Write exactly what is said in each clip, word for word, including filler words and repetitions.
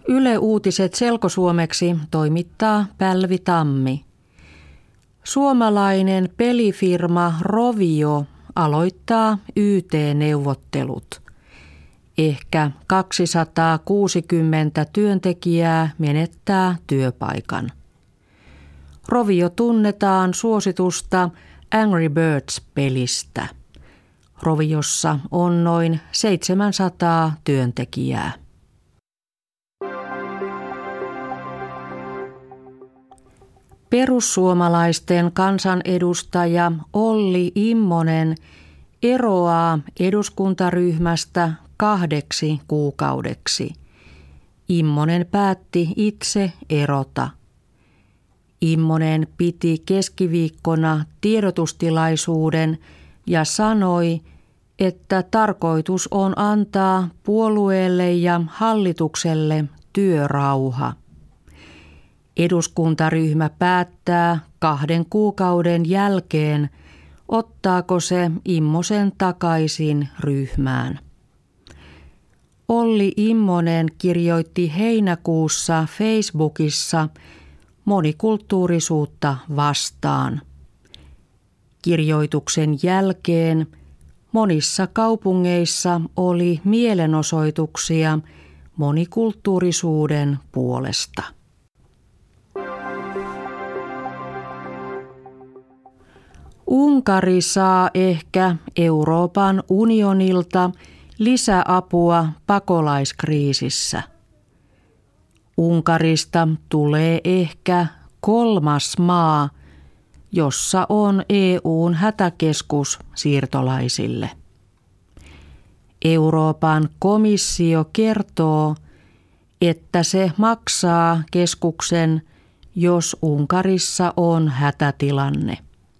Yle Uutiset selkosuomeksi toimittaa Pälvi Tammi. Suomalainen pelifirma Rovio aloittaa Y T-neuvottelut. Ehkä kaksisataakuusikymmentä työntekijää menettää työpaikan. Rovio tunnetaan suositusta Angry Birds-pelistä. Roviossa on noin seitsemänsataa työntekijää. Perussuomalaisten kansanedustaja Olli Immonen eroaa eduskuntaryhmästä kahdeksi kuukaudeksi. Immonen päätti itse erota. Immonen piti keskiviikkona tiedotustilaisuuden ja sanoi, että tarkoitus on antaa puolueelle ja hallitukselle työrauha. Eduskuntaryhmä päättää kahden kuukauden jälkeen, ottaako se Immosen takaisin ryhmään. Olli Immonen kirjoitti heinäkuussa Facebookissa monikulttuurisuutta vastaan. Kirjoituksen jälkeen monissa kaupungeissa oli mielenosoituksia monikulttuurisuuden puolesta. Unkari saa ehkä Euroopan unionilta lisäapua pakolaiskriisissä. Unkarista tulee ehkä kolmas maa, jossa on E U:n hätäkeskus siirtolaisille. Euroopan komissio kertoo, että se maksaa keskuksen, jos Unkarissa on hätätilanne.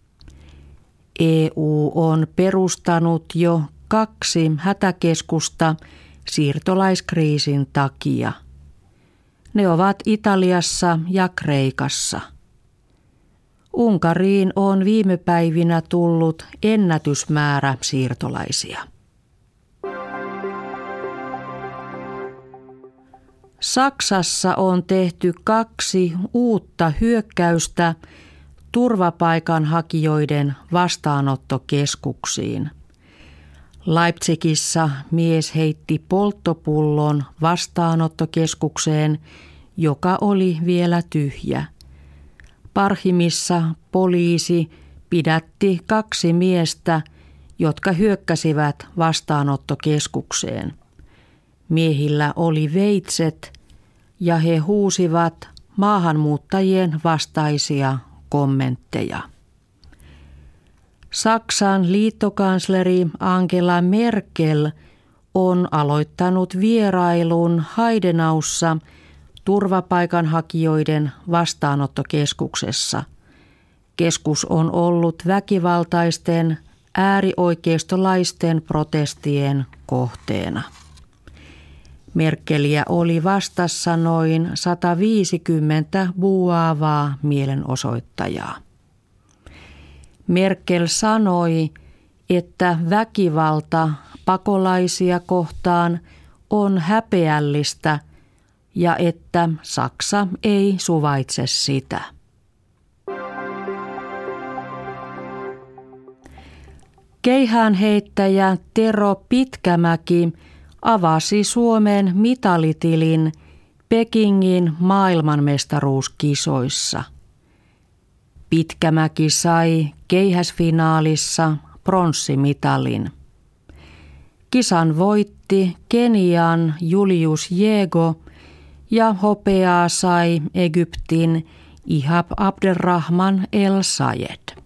E U on perustanut jo kaksi hätäkeskusta siirtolaiskriisin takia. Ne ovat Italiassa ja Kreikassa. Unkariin on viime päivinä tullut ennätysmäärä siirtolaisia. Saksassa on tehty kaksi uutta hyökkäystä turvapaikanhakijoiden vastaanottokeskuksiin. Leipzigissä mies heitti polttopullon vastaanottokeskukseen, joka oli vielä tyhjä. Parhimissa poliisi pidätti kaksi miestä, jotka hyökkäsivät vastaanottokeskukseen. Miehillä oli veitset ja he huusivat maahanmuuttajien vastaisia kommentteja. Saksan liittokansleri Angela Merkel on aloittanut vierailun Heidenaussa turvapaikanhakijoiden vastaanottokeskuksessa. Keskus on ollut väkivaltaisten äärioikeistolaisten protestien kohteena. Merkeliä oli vastassa noin sata viisikymmentä buuaavaa mielenosoittajaa. Merkel sanoi, että väkivalta pakolaisia kohtaan on häpeällistä ja että Saksa ei suvaitse sitä. Keihäänheittäjä Tero Pitkämäki avasi Suomen mitalitilin Pekingin maailmanmestaruuskisoissa. Pitkämäki sai keihäsfinaalissa pronssimitalin. Kisan voitti Kenian Julius Yego ja hopeaa sai Egyptin Ihab Abderrahman El Sayed.